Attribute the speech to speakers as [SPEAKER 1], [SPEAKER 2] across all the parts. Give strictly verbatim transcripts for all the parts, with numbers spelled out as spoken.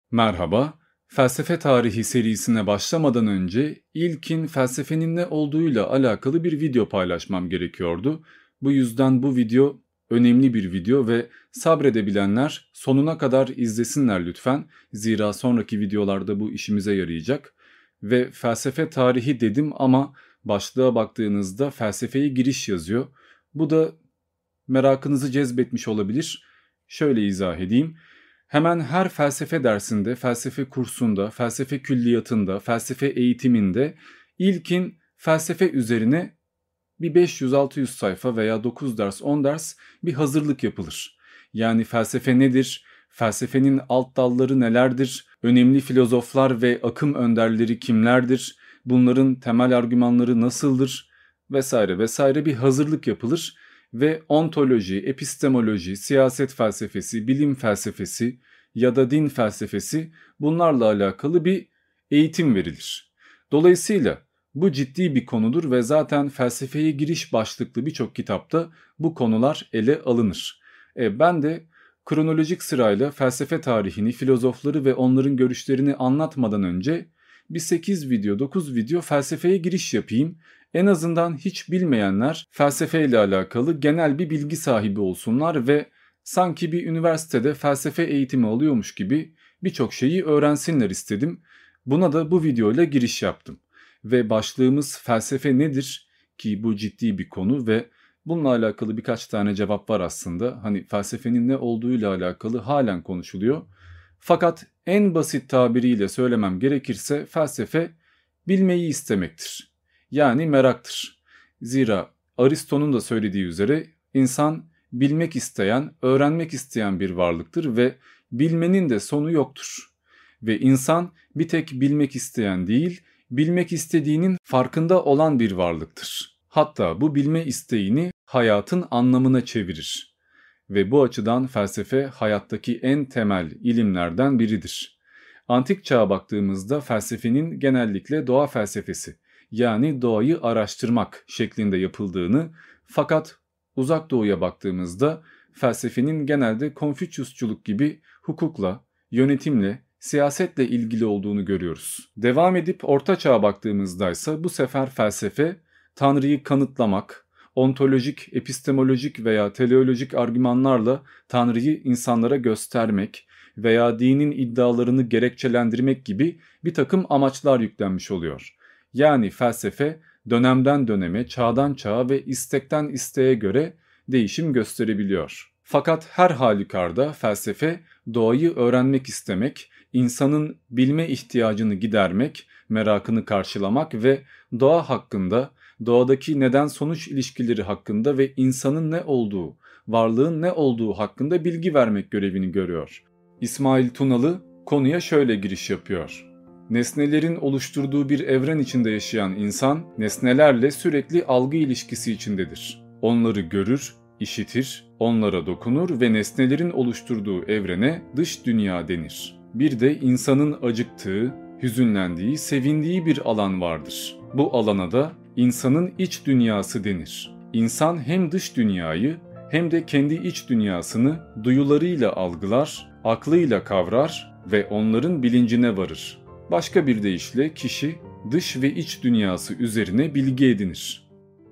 [SPEAKER 1] Merhaba, felsefe tarihi serisine başlamadan önce ilkin felsefenin ne olduğuyla alakalı bir video paylaşmam gerekiyordu. Bu yüzden bu video önemli bir video ve sabredebilenler sonuna kadar izlesinler lütfen. Zira sonraki videolarda bu işimize yarayacak. Ve felsefe tarihi dedim ama başlığa baktığınızda felsefeye giriş yazıyor. Bu da merakınızı cezbetmiş olabilir. Şöyle izah edeyim. Hemen her felsefe dersinde, felsefe kursunda, felsefe külliyatında, felsefe eğitiminde ilkin felsefe üzerine bir beş yüz altı yüz sayfa veya dokuz ders, on ders bir hazırlık yapılır. Yani felsefe nedir? Felsefenin alt dalları nelerdir? Önemli filozoflar ve akım önderleri kimlerdir? Bunların temel argümanları nasıldır? Vesaire vesaire bir hazırlık yapılır ve ontoloji, epistemoloji, siyaset felsefesi, bilim felsefesi ya da din felsefesi bunlarla alakalı bir eğitim verilir. Dolayısıyla bu ciddi bir konudur ve zaten felsefeye giriş başlıklı birçok kitapta bu konular ele alınır. E, ben de kronolojik sırayla felsefe tarihini, filozofları ve onların görüşlerini anlatmadan önce bir sekiz video, dokuz video felsefeye giriş yapayım. En azından hiç bilmeyenler felsefeyle alakalı genel bir bilgi sahibi olsunlar ve sanki bir üniversitede felsefe eğitimi alıyormuş gibi birçok şeyi öğrensinler istedim. Buna da bu videoyla giriş yaptım. Ve başlığımız felsefe nedir ki bu ciddi bir konu ve bununla alakalı birkaç tane cevap var aslında. Hani felsefenin ne olduğuyla alakalı halen konuşuluyor. Fakat en basit tabiriyle söylemem gerekirse felsefe bilmeyi istemektir. Yani meraktır. Zira Aristo'nun da söylediği üzere insan bilmek isteyen, öğrenmek isteyen bir varlıktır ve bilmenin de sonu yoktur. Ve insan bir tek bilmek isteyen değil, bilmek istediğinin farkında olan bir varlıktır. Hatta bu bilme isteğini hayatın anlamına çevirir. Ve bu açıdan felsefe hayattaki en temel ilimlerden biridir. Antik çağa baktığımızda felsefenin genellikle doğa felsefesi, yani doğayı araştırmak şeklinde yapıldığını, fakat uzak doğuya baktığımızda felsefenin genelde Konfüçyüsçülük gibi hukukla, yönetimle, siyasetle ilgili olduğunu görüyoruz. Devam edip Orta Çağ'a baktığımızda ise bu sefer felsefe Tanrı'yı kanıtlamak, ontolojik, epistemolojik veya teleolojik argümanlarla Tanrı'yı insanlara göstermek veya dinin iddialarını gerekçelendirmek gibi bir takım amaçlar yüklenmiş oluyor. Yani felsefe dönemden döneme, çağdan çağa ve istekten isteğe göre değişim gösterebiliyor. Fakat her halükarda felsefe doğayı öğrenmek istemek, insanın bilme ihtiyacını gidermek, merakını karşılamak ve doğa hakkında, doğadaki neden-sonuç ilişkileri hakkında ve insanın ne olduğu, varlığın ne olduğu hakkında bilgi vermek görevini görüyor. İsmail Tunalı konuya şöyle giriş yapıyor. Nesnelerin oluşturduğu bir evren içinde yaşayan insan, nesnelerle sürekli algı ilişkisi içindedir. Onları görür, işitir, onlara dokunur ve nesnelerin oluşturduğu evrene dış dünya denir. Bir de insanın acıktığı, hüzünlendiği, sevindiği bir alan vardır. Bu alana da insanın iç dünyası denir. İnsan hem dış dünyayı hem de kendi iç dünyasını duyularıyla algılar, aklıyla kavrar ve onların bilincine varır. Başka bir deyişle kişi dış ve iç dünyası üzerine bilgi edinir.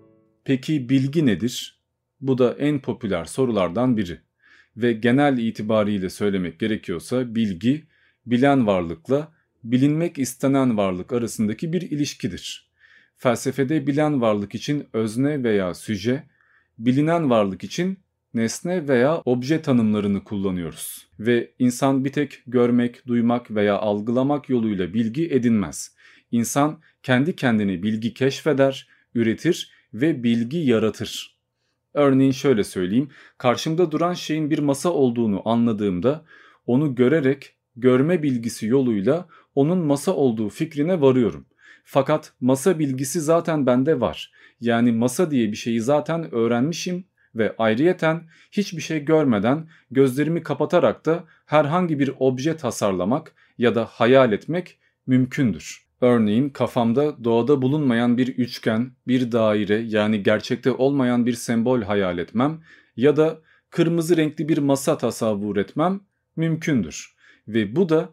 [SPEAKER 1] Peki bilgi nedir? Bu da en popüler sorulardan biri. Ve genel itibariyle söylemek gerekiyorsa bilgi, bilen varlıkla bilinmek istenen varlık arasındaki bir ilişkidir. Felsefede bilen varlık için özne veya süje, bilinen varlık için nesne veya obje tanımlarını kullanıyoruz. Ve insan bir tek görmek, duymak veya algılamak yoluyla bilgi edinmez. İnsan kendi kendine bilgi keşfeder, üretir ve bilgi yaratır. Örneğin şöyle söyleyeyim, karşımda duran şeyin bir masa olduğunu anladığımda onu görerek görme bilgisi yoluyla onun masa olduğu fikrine varıyorum. Fakat masa bilgisi zaten bende var. Yani masa diye bir şeyi zaten öğrenmişim ve ayrıyeten hiçbir şey görmeden gözlerimi kapatarak da herhangi bir obje tasarlamak ya da hayal etmek mümkündür. Örneğin kafamda doğada bulunmayan bir üçgen, bir daire yani gerçekte olmayan bir sembol hayal etmem ya da kırmızı renkli bir masa tasavvur etmem mümkündür. Ve bu da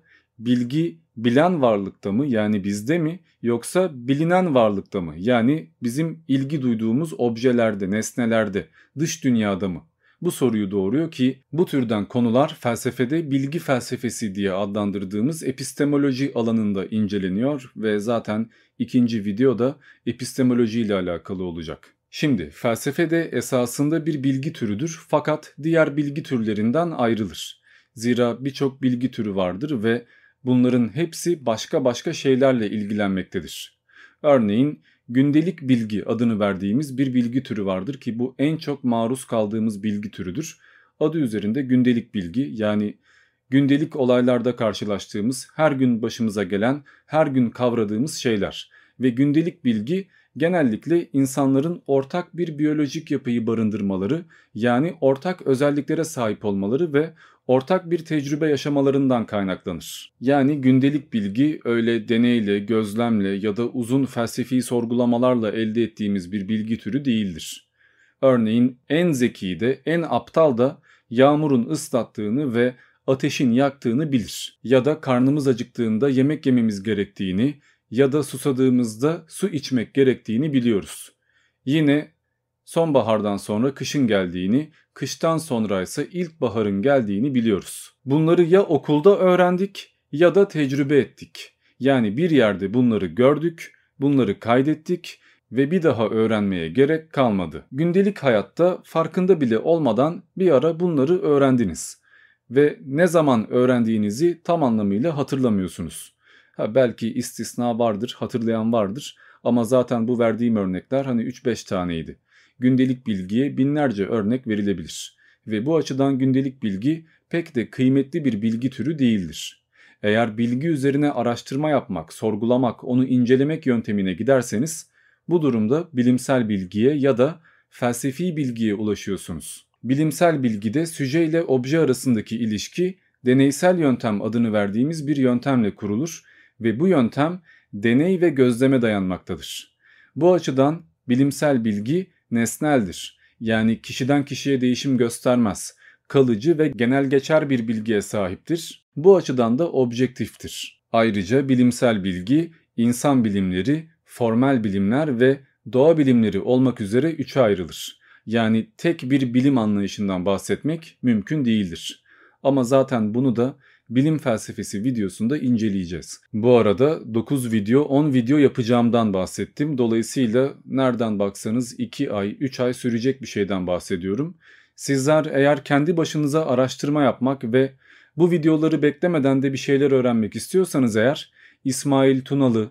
[SPEAKER 1] bilgi bilen varlıkta mı, yani bizde mi, yoksa bilinen varlıkta mı, yani bizim ilgi duyduğumuz objelerde, nesnelerde, dış dünyada mı? Bu soruyu doğuruyor ki bu türden konular felsefede bilgi felsefesi diye adlandırdığımız epistemoloji alanında inceleniyor ve zaten ikinci video da epistemoloji ile alakalı olacak. Şimdi felsefe de esasında bir bilgi türüdür fakat diğer bilgi türlerinden ayrılır. Zira birçok bilgi türü vardır ve bunların hepsi başka başka şeylerle ilgilenmektedir. Örneğin gündelik bilgi adını verdiğimiz bir bilgi türü vardır ki bu en çok maruz kaldığımız bilgi türüdür. Adı üzerinde gündelik bilgi, yani gündelik olaylarda karşılaştığımız, her gün başımıza gelen, her gün kavradığımız şeyler. Ve gündelik bilgi genellikle insanların ortak bir biyolojik yapıyı barındırmaları, yani ortak özelliklere sahip olmaları ve ortak bir tecrübe yaşamalarından kaynaklanır. Yani gündelik bilgi öyle deneyle, gözlemle ya da uzun felsefi sorgulamalarla elde ettiğimiz bir bilgi türü değildir. Örneğin en zeki de en aptal da yağmurun ıslattığını ve ateşin yaktığını bilir. Ya da karnımız acıktığında yemek yememiz gerektiğini ya da susadığımızda su içmek gerektiğini biliyoruz. Yine sonbahardan sonra kışın geldiğini, kıştan sonra ise ilkbaharın geldiğini biliyoruz. Bunları ya okulda öğrendik ya da tecrübe ettik. Yani bir yerde bunları gördük, bunları kaydettik ve bir daha öğrenmeye gerek kalmadı. Gündelik hayatta farkında bile olmadan bir ara bunları öğrendiniz ve ne zaman öğrendiğinizi tam anlamıyla hatırlamıyorsunuz. Ha, belki istisna vardır, hatırlayan vardır ama zaten bu verdiğim örnekler hani üç beş taneydi. Gündelik bilgiye binlerce örnek verilebilir ve bu açıdan gündelik bilgi pek de kıymetli bir bilgi türü değildir. Eğer bilgi üzerine araştırma yapmak, sorgulamak, onu incelemek yöntemine giderseniz bu durumda bilimsel bilgiye ya da felsefi bilgiye ulaşıyorsunuz. Bilimsel bilgide süje ile obje arasındaki ilişki deneysel yöntem adını verdiğimiz bir yöntemle kurulur ve bu yöntem deney ve gözleme dayanmaktadır. Bu açıdan bilimsel bilgi nesneldir. Yani kişiden kişiye değişim göstermez. Kalıcı ve genelgeçer bir bilgiye sahiptir. Bu açıdan da objektiftir. Ayrıca bilimsel bilgi insan bilimleri, formel bilimler ve doğa bilimleri olmak üzere üçe ayrılır. Yani tek bir bilim anlayışından bahsetmek mümkün değildir. Ama zaten bunu da bilim felsefesi videosunda inceleyeceğiz. Bu arada dokuz video on video yapacağımdan bahsettim. Dolayısıyla nereden baksanız iki ay üç ay sürecek bir şeyden bahsediyorum. Sizler eğer kendi başınıza araştırma yapmak ve bu videoları beklemeden de bir şeyler öğrenmek istiyorsanız eğer İsmail Tunalı,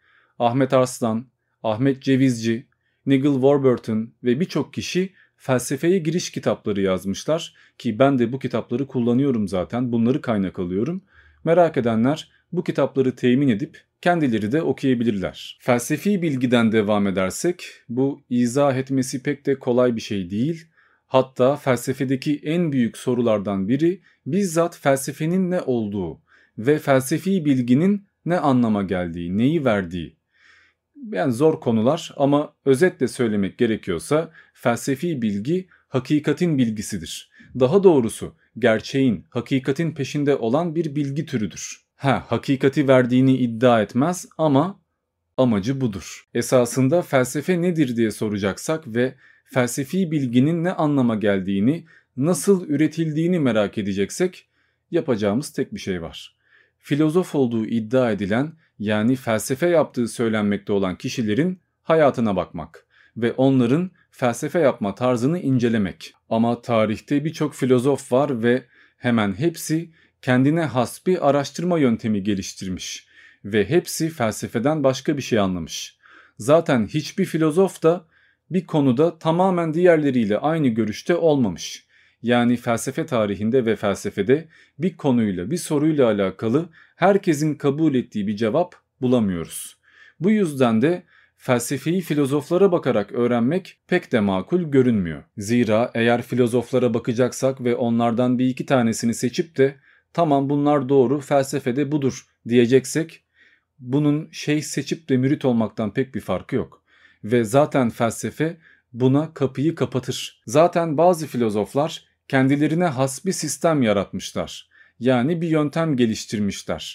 [SPEAKER 1] Ahmet Arslan, Ahmet Cevizci, Nigel Warburton ve birçok kişi felsefeye giriş kitapları yazmışlar ki ben de bu kitapları kullanıyorum zaten, bunları kaynak alıyorum. Merak edenler bu kitapları temin edip kendileri de okuyabilirler. Felsefi bilgiden devam edersek bu izah etmesi pek de kolay bir şey değil. Hatta felsefedeki en büyük sorulardan biri bizzat felsefenin ne olduğu ve felsefi bilginin ne anlama geldiği, neyi verdiği. Yani zor konular ama özetle söylemek gerekiyorsa felsefi bilgi hakikatin bilgisidir. Daha doğrusu gerçeğin, hakikatin peşinde olan bir bilgi türüdür. Ha, hakikati verdiğini iddia etmez ama amacı budur. Esasında felsefe nedir diye soracaksak ve felsefi bilginin ne anlama geldiğini, nasıl üretildiğini merak edeceksek yapacağımız tek bir şey var. Filozof olduğu iddia edilen, yani felsefe yaptığı söylenmekte olan kişilerin hayatına bakmak ve onların felsefe yapma tarzını incelemek. Ama tarihte birçok filozof var ve hemen hepsi kendine has bir araştırma yöntemi geliştirmiş ve hepsi felsefeden başka bir şey anlamış. Zaten hiçbir filozof da bir konuda tamamen diğerleriyle aynı görüşte olmamış. Yani felsefe tarihinde ve felsefede bir konuyla, bir soruyla alakalı herkesin kabul ettiği bir cevap bulamıyoruz. Bu yüzden de felsefeyi filozoflara bakarak öğrenmek pek de makul görünmüyor. Zira eğer filozoflara bakacaksak ve onlardan bir iki tanesini seçip de tamam bunlar doğru, felsefede budur diyeceksek bunun şeyh seçip de mürit olmaktan pek bir farkı yok. Ve zaten felsefe buna kapıyı kapatır. Zaten bazı filozoflar kendilerine has bir sistem yaratmışlar. Yani bir yöntem geliştirmişler.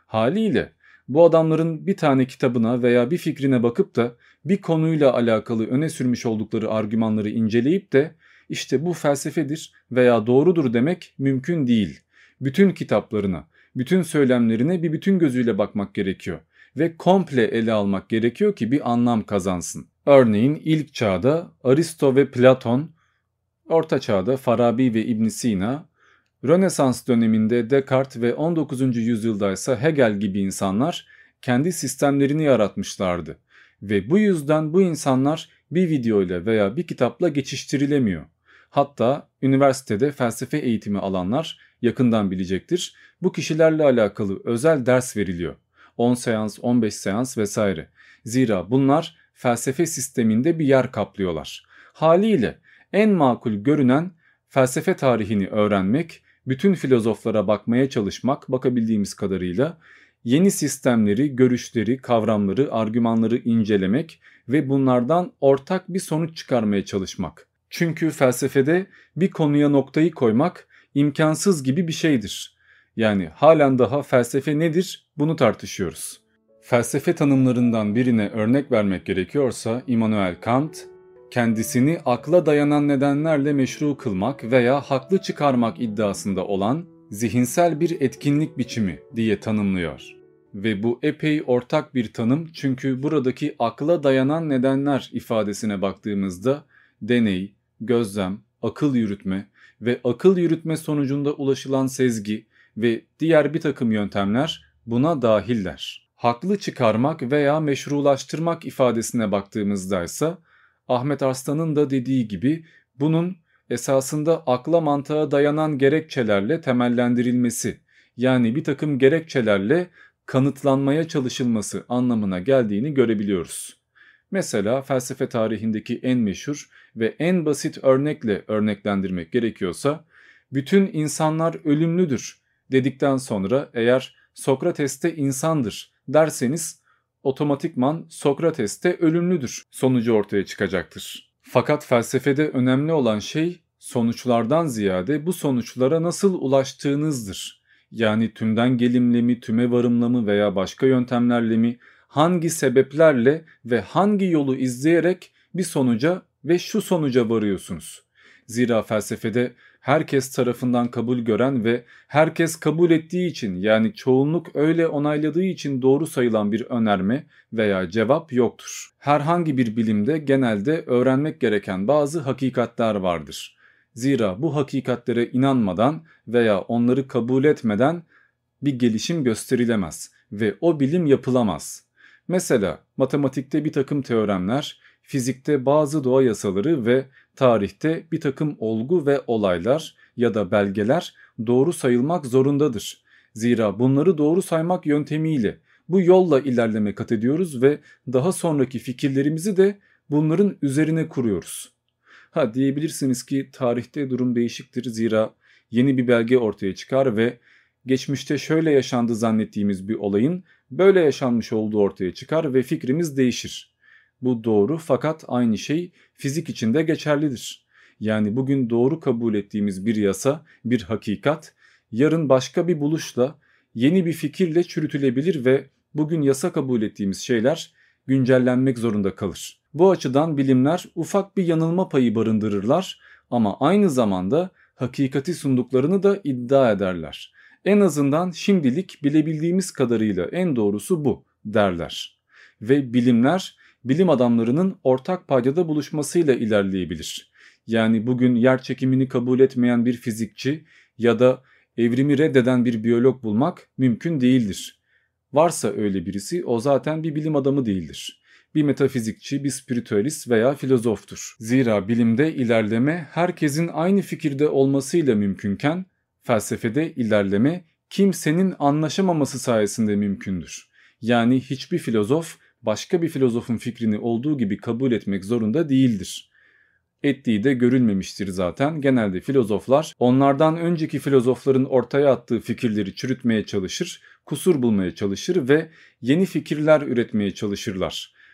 [SPEAKER 1] Haliyle bu adamların bir tane kitabına veya bir fikrine bakıp da bir konuyla alakalı öne sürmüş oldukları argümanları inceleyip de işte bu felsefedir veya doğrudur demek mümkün değil. Bütün kitaplarına, bütün söylemlerine bir bütün gözüyle bakmak gerekiyor ve komple ele almak gerekiyor ki bir anlam kazansın. Örneğin ilk çağda Aristo ve Platon, Orta Çağda Farabi ve İbn Sina, Rönesans döneminde Descartes ve on dokuzuncu yüzyılda ise Hegel gibi insanlar kendi sistemlerini yaratmışlardı. Ve bu yüzden bu insanlar bir videoyla veya bir kitapla geçiştirilemiyor. Hatta üniversitede felsefe eğitimi alanlar yakından bilecektir. Bu kişilerle alakalı özel ders veriliyor. on seans, on beş seans vesaire. Zira bunlar felsefe sisteminde bir yer kaplıyorlar. Haliyle en makul görünen felsefe tarihini öğrenmek, bütün filozoflara bakmaya çalışmak, bakabildiğimiz kadarıyla yeni sistemleri, görüşleri, kavramları, argümanları incelemek ve bunlardan ortak bir sonuç çıkarmaya çalışmak. Çünkü felsefede bir konuya noktayı koymak imkansız gibi bir şeydir. Yani halen daha felsefe nedir bunu tartışıyoruz. Felsefe tanımlarından birine örnek vermek gerekiyorsa Immanuel Kant, kendisini akla dayanan nedenlerle meşru kılmak veya haklı çıkarmak iddiasında olan zihinsel bir etkinlik biçimi diye tanımlıyor. Ve bu epey ortak bir tanım, çünkü buradaki akla dayanan nedenler ifadesine baktığımızda deney, gözlem, akıl yürütme ve akıl yürütme sonucunda ulaşılan sezgi ve diğer bir takım yöntemler buna dahiller. Haklı çıkarmak veya meşrulaştırmak ifadesine baktığımızda ise Ahmet Arslan'ın da dediği gibi bunun esasında akla mantığa dayanan gerekçelerle temellendirilmesi, yani bir takım gerekçelerle kanıtlanmaya çalışılması anlamına geldiğini görebiliyoruz. Mesela felsefe tarihindeki en meşhur ve en basit örnekle örneklendirmek gerekiyorsa, bütün insanlar ölümlüdür dedikten sonra eğer Sokrates de insandır derseniz otomatikman Sokrates de ölümlüdür sonucu ortaya çıkacaktır. Fakat felsefede önemli olan şey sonuçlardan ziyade bu sonuçlara nasıl ulaştığınızdır. Yani tümden gelimle mi, tüme varımla mı veya başka yöntemlerle mi, hangi sebeplerle ve hangi yolu izleyerek bir sonuca ve şu sonuca varıyorsunuz. Zira felsefede herkes tarafından kabul gören ve herkes kabul ettiği için, yani çoğunluk öyle onayladığı için doğru sayılan bir önerme veya cevap yoktur. Herhangi bir bilimde genelde öğrenmek gereken bazı hakikatler vardır. Zira bu hakikatlere inanmadan veya onları kabul etmeden bir gelişim gösterilemez ve o bilim yapılamaz. Mesela matematikte bir takım teoremler, fizikte bazı doğa yasaları ve tarihte bir takım olgu ve olaylar ya da belgeler doğru sayılmak zorundadır. Zira bunları doğru saymak yöntemiyle bu yolla ilerleme kat ediyoruz ve daha sonraki fikirlerimizi de bunların üzerine kuruyoruz. Ha diyebilirsiniz ki tarihte durum değişiktir, zira yeni bir belge ortaya çıkar ve geçmişte şöyle yaşandı zannettiğimiz bir olayın böyle yaşanmış olduğu ortaya çıkar ve fikrimiz değişir. Bu doğru, fakat aynı şey fizik için de geçerlidir. Yani bugün doğru kabul ettiğimiz bir yasa, bir hakikat, yarın başka bir buluşla, yeni bir fikirle çürütülebilir ve bugün yasa kabul ettiğimiz şeyler güncellenmek zorunda kalır. Bu açıdan bilimler ufak bir yanılma payı barındırırlar ama aynı zamanda hakikati sunduklarını da iddia ederler. En azından şimdilik bilebildiğimiz kadarıyla en doğrusu bu derler. Ve bilimler bilim adamlarının ortak paydada buluşmasıyla ilerleyebilir. Yani bugün yer çekimini kabul etmeyen bir fizikçi ya da evrimi reddeden bir biyolog bulmak mümkün değildir. Varsa öyle birisi, o zaten bir bilim adamı değildir. Bir metafizikçi, bir spiritüalist veya filozoftur. Zira bilimde ilerleme herkesin aynı fikirde olmasıyla mümkünken, felsefede ilerleme kimsenin anlaşamaması sayesinde mümkündür. Yani hiçbir filozof başka bir filozofun fikrini olduğu gibi kabul etmek zorunda değildir. Ettiği de görülmemiştir zaten. Genelde filozoflar onlardan önceki filozofların ortaya attığı fikirleri çürütmeye çalışır, kusur bulmaya çalışır ve yeni fikirler üretmeye çalışırlar.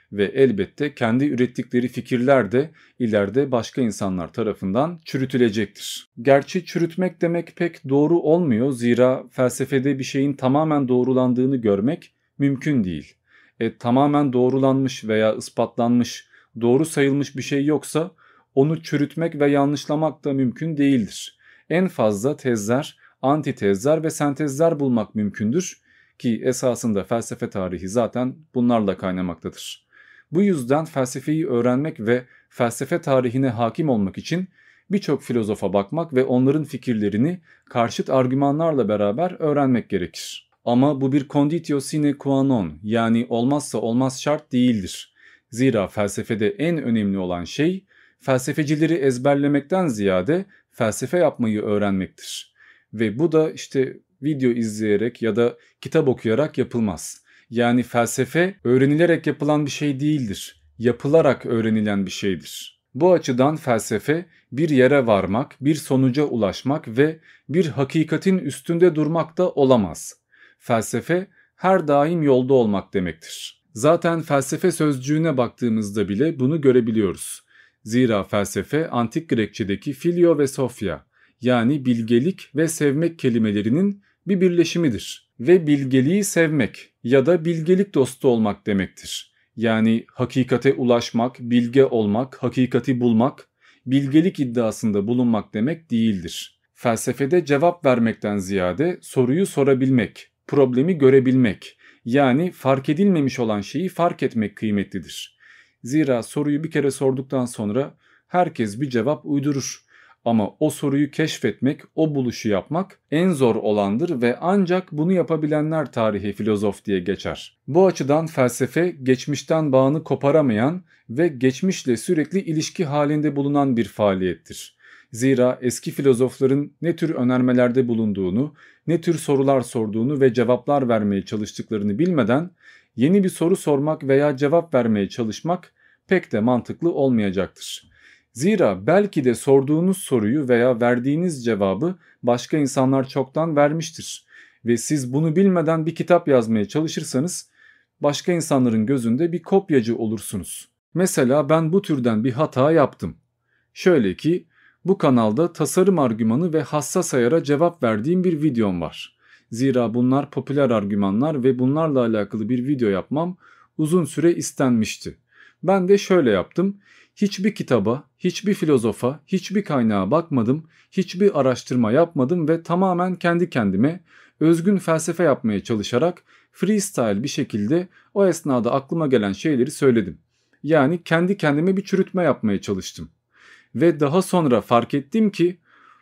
[SPEAKER 1] Ve elbette kendi ürettikleri fikirler de ileride başka insanlar tarafından çürütülecektir. Gerçi çürütmek demek pek doğru olmuyor, zira felsefede bir şeyin tamamen doğrulandığını görmek mümkün değil. E, tamamen doğrulanmış veya ispatlanmış, doğru sayılmış bir şey yoksa onu çürütmek ve yanlışlamak da mümkün değildir. En fazla tezler, antitezler ve sentezler bulmak mümkündür ki esasında felsefe tarihi zaten bunlarla kaynamaktadır. Bu yüzden felsefeyi öğrenmek ve felsefe tarihine hakim olmak için birçok filozofa bakmak ve onların fikirlerini karşıt argümanlarla beraber öğrenmek gerekir. Ama bu bir conditio sine qua non, yani olmazsa olmaz şart değildir. Zira felsefede en önemli olan şey felsefecileri ezberlemekten ziyade felsefe yapmayı öğrenmektir. Ve bu da işte video izleyerek ya da kitap okuyarak yapılmaz. Yani felsefe öğrenilerek yapılan bir şey değildir. Yapılarak öğrenilen bir şeydir. Bu açıdan felsefe bir yere varmak, bir sonuca ulaşmak ve bir hakikatin üstünde durmak da olamaz. Felsefe her daim yolda olmak demektir. Zaten felsefe sözcüğüne baktığımızda bile bunu görebiliyoruz. Zira felsefe antik Grekçedeki filio ve sophia, yani bilgelik ve sevmek kelimelerinin bir birleşimidir. Ve bilgeliği sevmek ya da bilgelik dostu olmak demektir. Yani hakikate ulaşmak, bilge olmak, hakikati bulmak, bilgelik iddiasında bulunmak demek değildir. Felsefede cevap vermekten ziyade soruyu sorabilmek, problemi görebilmek, yani fark edilmemiş olan şeyi fark etmek kıymetlidir. Zira soruyu bir kere sorduktan sonra herkes bir cevap uydurur. Ama o soruyu keşfetmek, o buluşu yapmak en zor olandır ve ancak bunu yapabilenler tarihi filozof diye geçer. Bu açıdan felsefe geçmişten bağını koparamayan ve geçmişle sürekli ilişki halinde bulunan bir faaliyettir. Zira eski filozofların ne tür önermelerde bulunduğunu, ne tür sorular sorduğunu ve cevaplar vermeye çalıştıklarını bilmeden yeni bir soru sormak veya cevap vermeye çalışmak pek de mantıklı olmayacaktır. Zira belki de sorduğunuz soruyu veya verdiğiniz cevabı başka insanlar çoktan vermiştir ve siz bunu bilmeden bir kitap yazmaya çalışırsanız başka insanların gözünde bir kopyacı olursunuz. Mesela ben bu türden bir hata yaptım. Şöyle ki bu kanalda tasarım argümanı ve hassas ayara cevap verdiğim bir videom var. Zira bunlar popüler argümanlar ve bunlarla alakalı bir video yapmam uzun süre istenmişti. Ben de şöyle yaptım. Hiçbir kitaba, hiçbir filozofa, hiçbir kaynağa bakmadım, hiçbir araştırma yapmadım ve tamamen kendi kendime özgün felsefe yapmaya çalışarak freestyle bir şekilde o esnada aklıma gelen şeyleri söyledim. Yani kendi kendime bir çürütme yapmaya çalıştım. Ve daha sonra fark ettim ki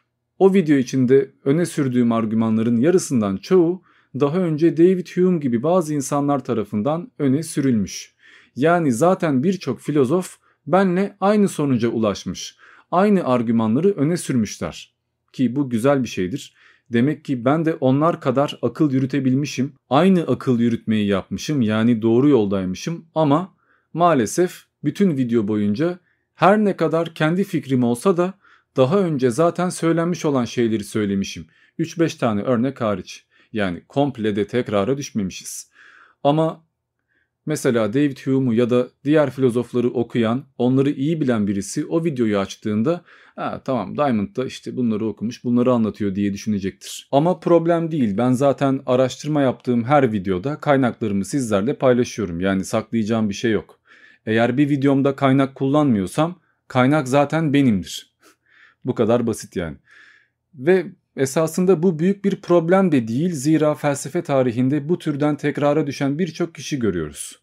[SPEAKER 1] o video içinde öne sürdüğüm argümanların yarısından çoğu daha önce David Hume gibi bazı insanlar tarafından öne sürülmüş. Yani zaten birçok filozof benle aynı sonuca ulaşmış. Aynı argümanları öne sürmüşler. Ki bu güzel bir şeydir. Demek ki ben de onlar kadar akıl yürütebilmişim. Aynı akıl yürütmeyi yapmışım, yani doğru yoldaymışım ama maalesef bütün video boyunca her ne kadar kendi fikrim olsa da daha önce zaten söylenmiş olan şeyleri söylemişim. üç beş tane örnek hariç. Yani komple de tekrara düşmemişiz. Ama mesela David Hume'u ya da diğer filozofları okuyan, onları iyi bilen birisi o videoyu açtığında ha, tamam Diamond da işte bunları okumuş, bunları anlatıyor diye düşünecektir. Ama problem değil. Ben zaten araştırma yaptığım her videoda kaynaklarımı sizlerle paylaşıyorum. Yani saklayacağım bir şey yok. Eğer bir videomda kaynak kullanmıyorsam kaynak zaten benimdir. Bu kadar basit yani. Ve esasında bu büyük bir problem de değil, zira felsefe tarihinde bu türden tekrara düşen birçok kişi görüyoruz.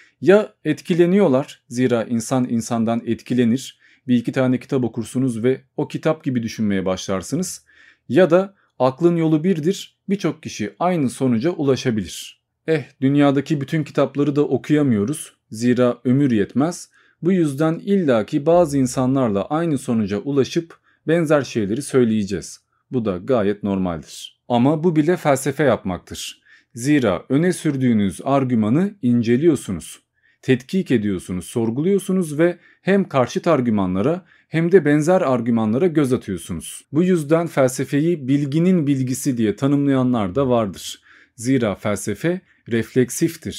[SPEAKER 1] Ya etkileniyorlar, zira insan insandan etkilenir, bir iki tane kitap okursunuz ve o kitap gibi düşünmeye başlarsınız, ya da aklın yolu birdir, birçok kişi aynı sonuca ulaşabilir. Eh, dünyadaki bütün kitapları da okuyamıyoruz, zira ömür yetmez, bu yüzden illaki bazı insanlarla aynı sonuca ulaşıp benzer şeyleri söyleyeceğiz. Bu da gayet normaldir. Ama bu bile felsefe yapmaktır. Zira öne sürdüğünüz argümanı inceliyorsunuz, tetkik ediyorsunuz, sorguluyorsunuz ve hem karşıt argümanlara hem de benzer argümanlara göz atıyorsunuz. Bu yüzden felsefeyi bilginin bilgisi diye tanımlayanlar da vardır. Zira felsefe refleksiftir.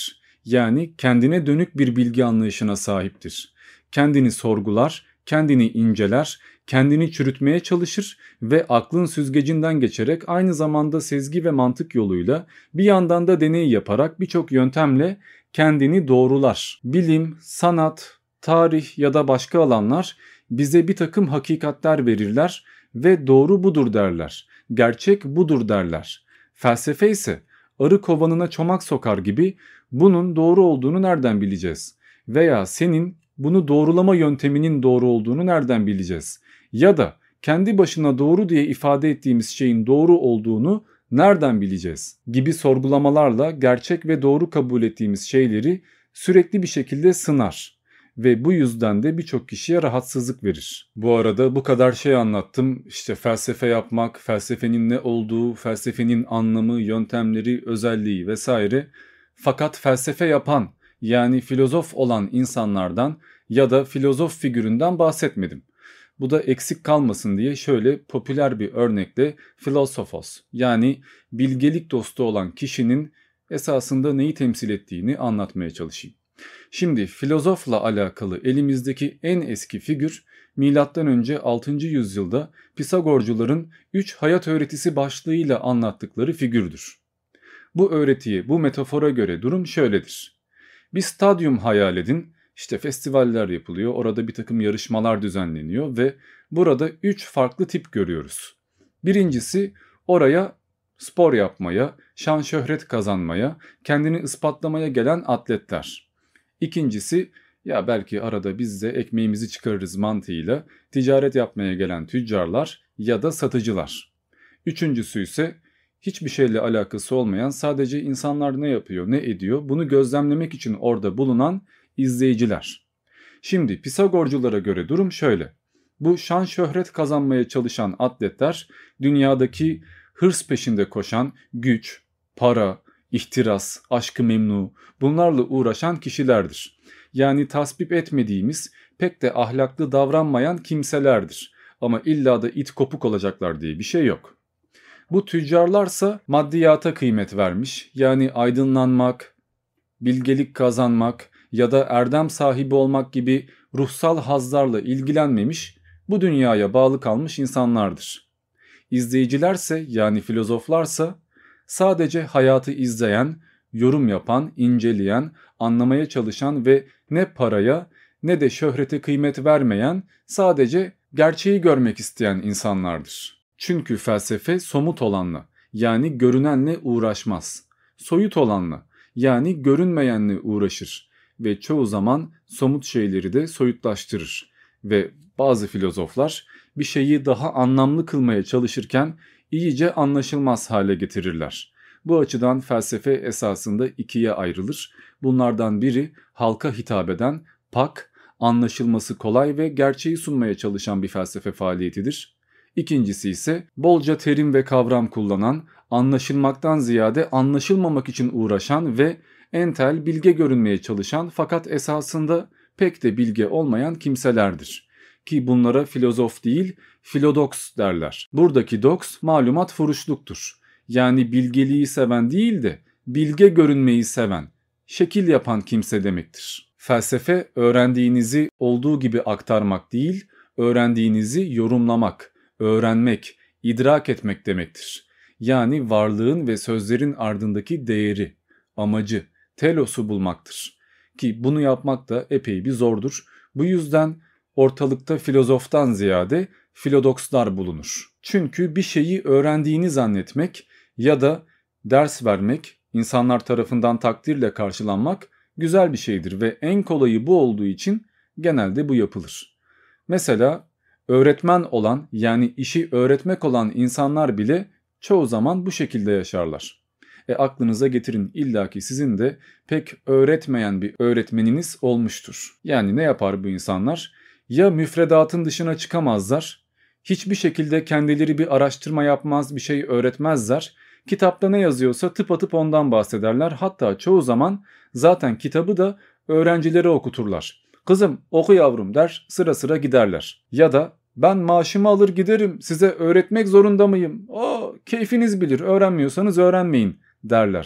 [SPEAKER 1] Yani kendine dönük bir bilgi anlayışına sahiptir. Kendini sorgular, kendini inceler, kendini çürütmeye çalışır ve aklın süzgecinden geçerek aynı zamanda sezgi ve mantık yoluyla bir yandan da deney yaparak birçok yöntemle kendini doğrular. Bilim, sanat, tarih ya da başka alanlar bize bir takım hakikatler verirler ve doğru budur derler. Gerçek budur derler. Felsefe ise arı kovanına çomak sokar gibi bunun doğru olduğunu nereden bileceğiz? Veya senin bunu doğrulama yönteminin doğru olduğunu nereden bileceğiz? Ya da kendi başına doğru diye ifade ettiğimiz şeyin doğru olduğunu nereden bileceğiz? Gibi sorgulamalarla gerçek ve doğru kabul ettiğimiz şeyleri sürekli bir şekilde sınar ve bu yüzden de birçok kişiye rahatsızlık verir. Bu arada bu kadar şey anlattım. İşte felsefe yapmak, felsefenin ne olduğu, felsefenin anlamı, yöntemleri, özelliği vesaire. Fakat felsefe yapan, yani filozof olan insanlardan ya da filozof figüründen bahsetmedim. Bu da eksik kalmasın diye şöyle popüler bir örnekle philosophos, yani bilgelik dostu olan kişinin esasında neyi temsil ettiğini anlatmaya çalışayım. Şimdi filozofla alakalı elimizdeki en eski figür milattan önce altıncı yüzyılda Pisagorcuların üç hayat öğretisi başlığıyla anlattıkları figürdür. Bu öğretiye, bu metafora göre durum şöyledir. Bir stadyum hayal edin. İşte festivaller yapılıyor, orada bir takım yarışmalar düzenleniyor ve burada üç farklı tip görüyoruz. Birincisi oraya spor yapmaya, şan şöhret kazanmaya, kendini ispatlamaya gelen atletler. İkincisi ya belki arada biz de ekmeğimizi çıkarırız mantığıyla ticaret yapmaya gelen tüccarlar ya da satıcılar. Üçüncüsü ise hiçbir şeyle alakası olmayan, sadece insanlar ne yapıyor, ne ediyor bunu gözlemlemek için orada bulunan izleyiciler. Şimdi Pisagorculara göre durum şöyle. Bu şan şöhret kazanmaya çalışan atletler dünyadaki hırs peşinde koşan güç, para, ihtiras, aşkı memnu bunlarla uğraşan kişilerdir. Yani tasvip etmediğimiz pek de ahlaklı davranmayan kimselerdir. Ama illa da it kopuk olacaklar diye bir şey yok. Bu tüccarlarsa maddiyata kıymet vermiş, yani aydınlanmak, bilgelik kazanmak ya da erdem sahibi olmak gibi ruhsal hazzlarla ilgilenmemiş, bu dünyaya bağlı kalmış insanlardır. İzleyicilerse, yani filozoflarsa sadece hayatı izleyen, yorum yapan, inceleyen, anlamaya çalışan ve ne paraya ne de şöhrete kıymet vermeyen, sadece gerçeği görmek isteyen insanlardır. Çünkü felsefe somut olanla, yani görünenle uğraşmaz. Soyut olanla, yani görünmeyenle uğraşır ve çoğu zaman somut şeyleri de soyutlaştırır. Ve bazı filozoflar bir şeyi daha anlamlı kılmaya çalışırken iyice anlaşılmaz hale getirirler. Bu açıdan felsefe esasında ikiye ayrılır. Bunlardan biri halka hitap eden, pak, anlaşılması kolay ve gerçeği sunmaya çalışan bir felsefe faaliyetidir. İkincisi ise bolca terim ve kavram kullanan, anlaşılmaktan ziyade anlaşılmamak için uğraşan ve entel bilge görünmeye çalışan fakat esasında pek de bilge olmayan kimselerdir. Ki bunlara filozof değil, filodoks derler. Buradaki doks malumat furuşluktur. Yani bilgeliği seven değil de bilge görünmeyi seven, şekil yapan kimse demektir. Felsefe öğrendiğinizi olduğu gibi aktarmak değil, öğrendiğinizi yorumlamak, öğrenmek, idrak etmek demektir. Yani varlığın ve sözlerin ardındaki değeri, amacı, telosu bulmaktır. Ki bunu yapmak da epey bir zordur. Bu yüzden ortalıkta filozoftan ziyade filodokslar bulunur. Çünkü bir şeyi öğrendiğini zannetmek ya da ders vermek, insanlar tarafından takdirle karşılanmak güzel bir şeydir ve en kolayı bu olduğu için genelde bu yapılır. Mesela öğretmen olan, yani işi öğretmek olan insanlar bile çoğu zaman bu şekilde yaşarlar. E aklınıza getirin, illaki sizin de pek öğretmeyen bir öğretmeniniz olmuştur. Yani ne yapar bu insanlar? Ya müfredatın dışına çıkamazlar, hiçbir şekilde kendileri bir araştırma yapmaz, bir şey öğretmezler. Kitapta ne yazıyorsa tıpatıp ondan bahsederler. Hatta çoğu zaman zaten kitabı da öğrencilere okuturlar. Kızım oku yavrum der, sıra sıra giderler. Ya da ben maaşımı alır giderim, size öğretmek zorunda mıyım? O keyfiniz bilir, öğrenmiyorsanız öğrenmeyin derler.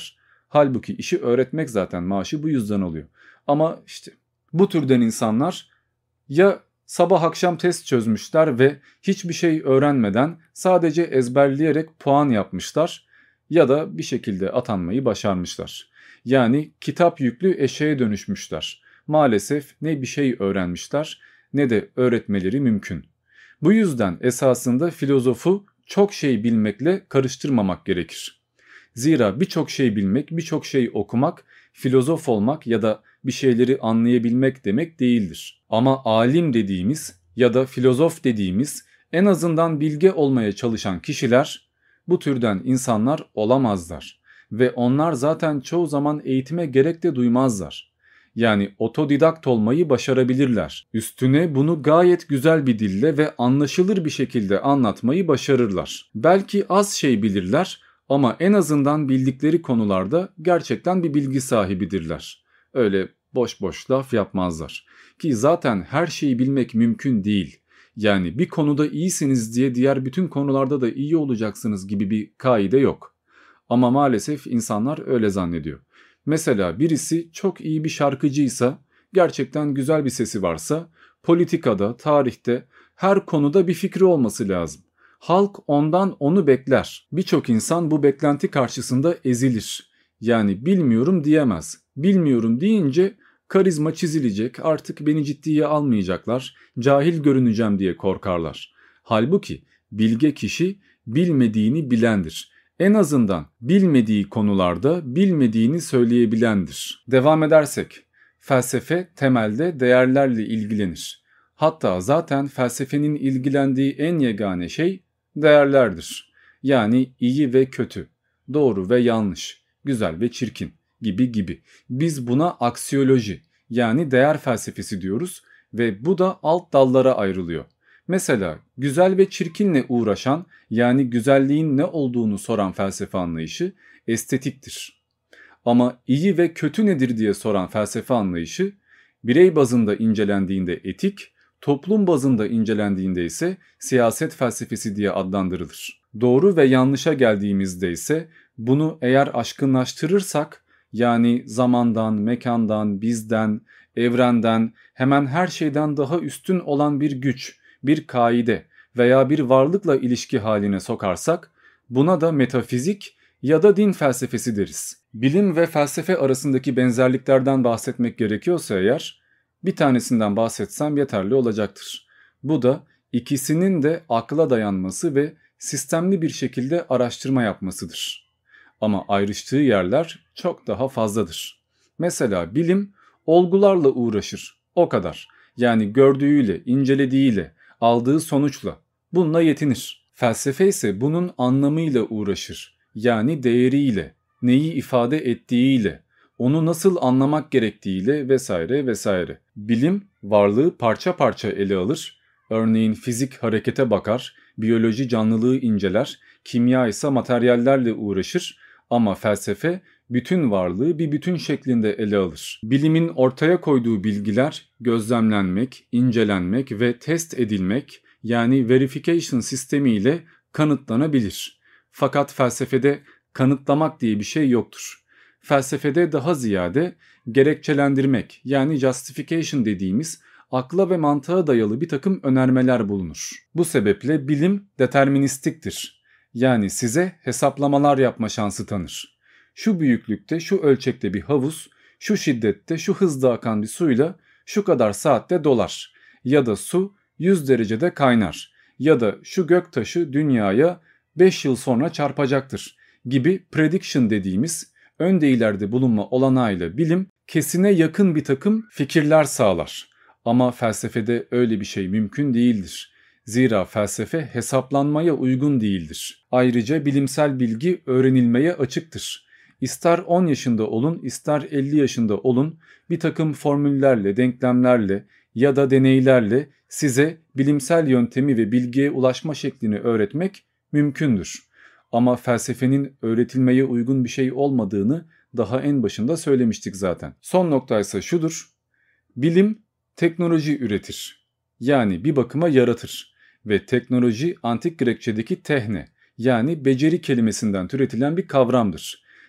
[SPEAKER 1] Halbuki işi öğretmek, zaten maaşı bu yüzden alıyor. Ama işte bu türden insanlar ya sabah akşam test çözmüşler ve hiçbir şey öğrenmeden sadece ezberleyerek puan yapmışlar ya da bir şekilde atanmayı başarmışlar. Yani kitap yüklü eşeğe dönüşmüşler. Maalesef ne bir şey öğrenmişler ne de öğretmeleri mümkün. Bu yüzden esasında filozofu çok şey bilmekle karıştırmamak gerekir. Zira birçok şey bilmek, birçok şey okumak, filozof olmak ya da bir şeyleri anlayabilmek demek değildir. Ama alim dediğimiz ya da filozof dediğimiz, en azından bilge olmaya çalışan kişiler bu türden insanlar olamazlar. Ve onlar zaten çoğu zaman eğitime gerek de duymazlar. Yani otodidakt olmayı başarabilirler. Üstüne bunu gayet güzel bir dille ve anlaşılır bir şekilde anlatmayı başarırlar. Belki az şey bilirler ama en azından bildikleri konularda gerçekten bir bilgi sahibidirler. Öyle boş boş laf yapmazlar. Ki zaten her şeyi bilmek mümkün değil. Yani bir konuda iyisiniz diye diğer bütün konularda da iyi olacaksınız gibi bir kaide yok. Ama maalesef insanlar öyle zannediyor. Mesela birisi çok iyi bir şarkıcıysa, gerçekten güzel bir sesi varsa, politikada, tarihte, her konuda bir fikri olması lazım. Halk ondan onu bekler. Birçok insan bu beklenti karşısında ezilir. Yani bilmiyorum diyemez. Bilmiyorum deyince karizma çizilecek, artık beni ciddiye almayacaklar, cahil görüneceğim diye korkarlar. Halbuki bilge kişi bilmediğini bilendir. En azından bilmediği konularda bilmediğini söyleyebilendir. Devam edersek, felsefe temelde değerlerle ilgilenir. Hatta zaten felsefenin ilgilendiği en yegane şey değerlerdir. Yani iyi ve kötü, doğru ve yanlış, güzel ve çirkin gibi gibi. Biz buna aksiyoloji yani değer felsefesi diyoruz ve bu da alt dallara ayrılıyor. Mesela güzel ve çirkinle uğraşan, yani güzelliğin ne olduğunu soran felsefe anlayışı estetiktir. Ama iyi ve kötü nedir diye soran felsefe anlayışı birey bazında incelendiğinde etik, toplum bazında incelendiğinde ise siyaset felsefesi diye adlandırılır. Doğru ve yanlışa geldiğimizde ise bunu eğer aşkınlaştırırsak, yani zamandan, mekandan, bizden, evrenden, hemen her şeyden daha üstün olan bir güç, bir kaide veya bir varlıkla ilişki haline sokarsak, buna da metafizik ya da din felsefesi deriz. Bilim ve felsefe arasındaki benzerliklerden bahsetmek gerekiyorsa eğer, bir tanesinden bahsetsem yeterli olacaktır. Bu da ikisinin de akla dayanması ve sistemli bir şekilde araştırma yapmasıdır. Ama ayrıştığı yerler çok daha fazladır. Mesela bilim olgularla uğraşır, o kadar. Yani gördüğüyle, incelediğiyle, aldığı sonuçla, bununla yetinir. Felsefe ise bunun anlamıyla uğraşır, yani değeriyle, neyi ifade ettiğiyle, onu nasıl anlamak gerektiğiyle vesaire vesaire. Bilim varlığı parça parça ele alır, örneğin fizik harekete bakar, biyoloji canlılığı inceler, kimya ise materyallerle uğraşır ama felsefe bütün varlığı bir bütün şeklinde ele alır. Bilimin ortaya koyduğu bilgiler gözlemlenmek, incelenmek ve test edilmek, yani verification sistemiyle kanıtlanabilir. Fakat felsefede kanıtlamak diye bir şey yoktur. Felsefede daha ziyade gerekçelendirmek, yani justification dediğimiz akla ve mantığa dayalı bir takım önermeler bulunur. Bu sebeple bilim deterministiktir. Yani size hesaplamalar yapma şansı tanır. Şu büyüklükte, şu ölçekte bir havuz, şu şiddette, şu hızda akan bir suyla şu kadar saatte dolar. Ya da su yüz derecede kaynar. Ya da şu göktaşı dünyaya beş yıl sonra çarpacaktır gibi prediction dediğimiz önde ileride bulunma olanağıyla bilim kesine yakın bir takım fikirler sağlar. Ama felsefede öyle bir şey mümkün değildir. Zira felsefe hesaplanmaya uygun değildir. Ayrıca bilimsel bilgi öğrenilmeye açıktır. İster on yaşında olun, ister elli yaşında olun, bir takım formüllerle, denklemlerle ya da deneylerle size bilimsel yöntemi ve bilgiye ulaşma şeklini öğretmek mümkündür. Ama felsefenin öğretilmeye uygun bir şey olmadığını daha en başında söylemiştik zaten. Son nokta ise şudur: bilim teknoloji üretir. Yani bir bakıma yaratır. Ve teknoloji antik Grekçedeki tehne, yani beceri kelimesinden türetilen bir kavramdır.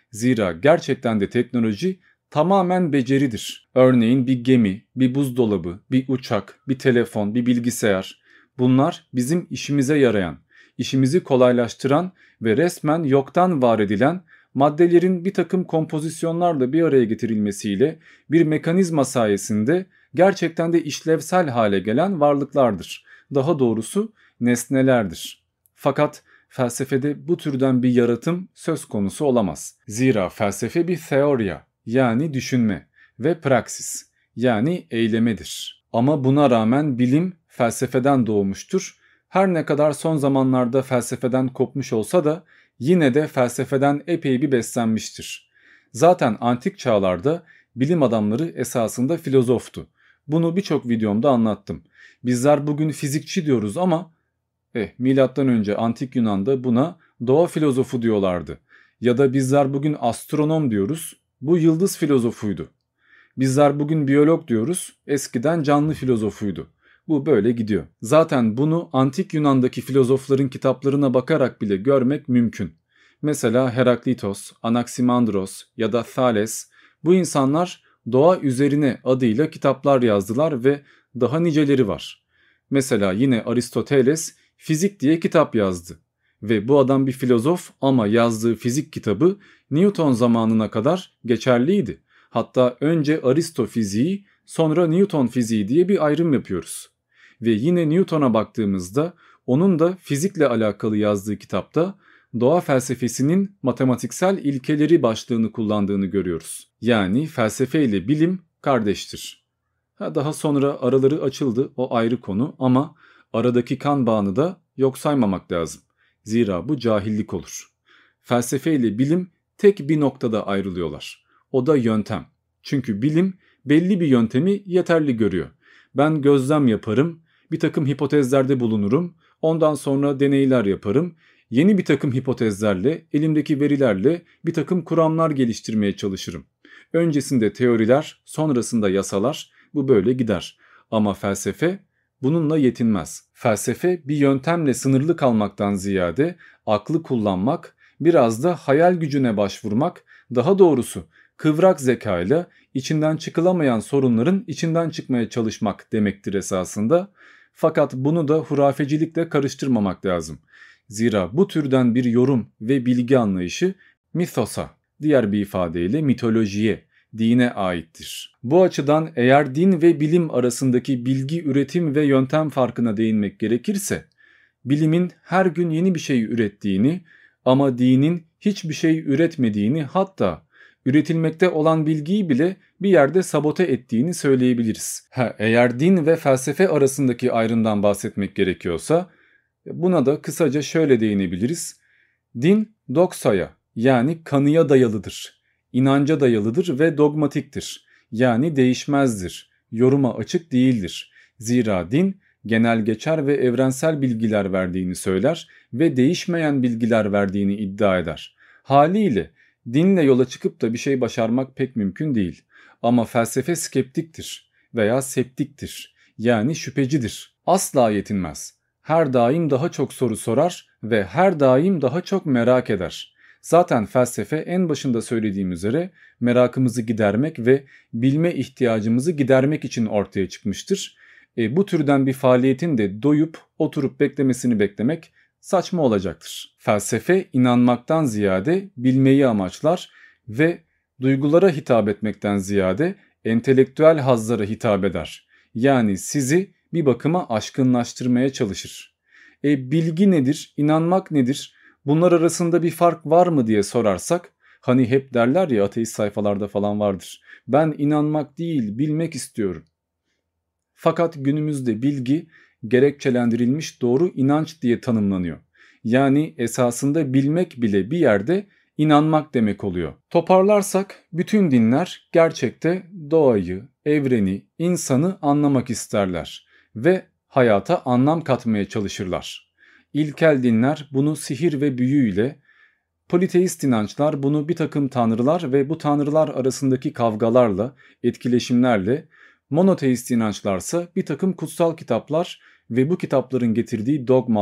[SPEAKER 1] Zira gerçekten de teknoloji tamamen beceridir. Örneğin bir gemi, bir buzdolabı, bir uçak, bir telefon, bir bilgisayar. Bunlar bizim işimize yarayan, işimizi kolaylaştıran ve resmen yoktan var edilen maddelerin bir takım kompozisyonlarla bir araya getirilmesiyle bir mekanizma sayesinde gerçekten de işlevsel hale gelen varlıklardır. Daha doğrusu nesnelerdir. Fakat felsefede bu türden bir yaratım söz konusu olamaz. Zira felsefe bir theoria, yani düşünme ve praksis, yani eylemedir. Ama buna rağmen bilim felsefeden doğmuştur. Her ne kadar son zamanlarda felsefeden kopmuş olsa da yine de felsefeden epey bir beslenmiştir. Zaten antik çağlarda bilim adamları esasında filozoftu. Bunu birçok videomda anlattım. Bizler bugün fizikçi diyoruz ama eh, milattan önce antik Yunan'da buna doğa filozofu diyorlardı. Ya da bizler bugün astronom diyoruz, bu yıldız filozofuydu. Bizler bugün biyolog diyoruz, eskiden canlı filozofuydu. Bu böyle gidiyor. Zaten bunu antik Yunan'daki filozofların kitaplarına bakarak bile görmek mümkün. Mesela Heraklitos, Anaximandros ya da Thales, bu insanlar doğa üzerine adıyla kitaplar yazdılar ve daha niceleri var. Mesela yine Aristoteles fizik diye kitap yazdı. Ve bu adam bir filozof ama yazdığı fizik kitabı Newton zamanına kadar geçerliydi. Hatta önce Aristo fiziği, sonra Newton fiziği diye bir ayrım yapıyoruz. Ve yine Newton'a baktığımızda onun da fizikle alakalı yazdığı kitapta doğa felsefesinin matematiksel ilkeleri başlığını kullandığını görüyoruz. Yani felsefe ile bilim kardeştir. Ha, daha sonra araları açıldı, o ayrı konu, ama aradaki kan bağını da yok saymamak lazım. Zira bu cahillik olur. Felsefe ile bilim tek bir noktada ayrılıyorlar. O da yöntem. Çünkü bilim belli bir yöntemi yeterli görüyor. Ben gözlem yaparım, bir takım hipotezlerde bulunurum, ondan sonra deneyler yaparım. Yeni bir takım hipotezlerle, elimdeki verilerle bir takım kuramlar geliştirmeye çalışırım. Öncesinde teoriler, sonrasında yasalar, bu böyle gider. Ama felsefe bununla yetinmez. Felsefe bir yöntemle sınırlı kalmaktan ziyade aklı kullanmak, biraz da hayal gücüne başvurmak, daha doğrusu kıvrak zekayla içinden çıkılamayan sorunların içinden çıkmaya çalışmak demektir esasında. Fakat bunu da hurafecilikle karıştırmamak lazım. Zira bu türden bir yorum ve bilgi anlayışı mithosa, diğer bir ifadeyle mitolojiye, dine aittir. Bu açıdan eğer din ve bilim arasındaki bilgi üretim ve yöntem farkına değinmek gerekirse, bilimin her gün yeni bir şey ürettiğini ama dinin hiçbir şey üretmediğini, hatta üretilmekte olan bilgiyi bile bir yerde sabote ettiğini söyleyebiliriz. Ha, eğer din ve felsefe arasındaki ayrımdan bahsetmek gerekiyorsa buna da kısaca şöyle değinebiliriz. Din doksaya, yani kanıya dayalıdır. İnanca dayalıdır ve dogmatiktir. Yani değişmezdir. Yoruma açık değildir. Zira din genel geçer ve evrensel bilgiler verdiğini söyler ve değişmeyen bilgiler verdiğini iddia eder. Haliyle dinle yola çıkıp da bir şey başarmak pek mümkün değil. Ama felsefe skeptiktir veya septiktir. Yani şüphecidir. Asla yetinmez. Her daim daha çok soru sorar ve her daim daha çok merak eder. Zaten felsefe en başında söylediğim üzere merakımızı gidermek ve bilme ihtiyacımızı gidermek için ortaya çıkmıştır. E, bu türden bir faaliyetin de doyup oturup beklemesini beklemek saçma olacaktır. Felsefe inanmaktan ziyade bilmeyi amaçlar ve duygulara hitap etmekten ziyade entelektüel hazlara hitap eder. Yani sizi bir bakıma aşkınlaştırmaya çalışır. E, bilgi nedir, inanmak nedir? Bunlar arasında bir fark var mı diye sorarsak, hani hep derler ya, ateist sayfalarda falan vardır. Ben inanmak değil, bilmek istiyorum. Fakat günümüzde bilgi gerekçelendirilmiş doğru inanç diye tanımlanıyor. Yani esasında bilmek bile bir yerde inanmak demek oluyor. Toparlarsak bütün dinler gerçekte doğayı, evreni, insanı anlamak isterler ve hayata anlam katmaya çalışırlar. İlkel dinler bunu sihir ve büyüyle, politeist inançlar bunu bir takım tanrılar ve bu tanrılar arasındaki kavgalarla, etkileşimlerle, monoteist inançlarsa bir takım kutsal kitaplar ve bu kitapların getirdiği dogmalar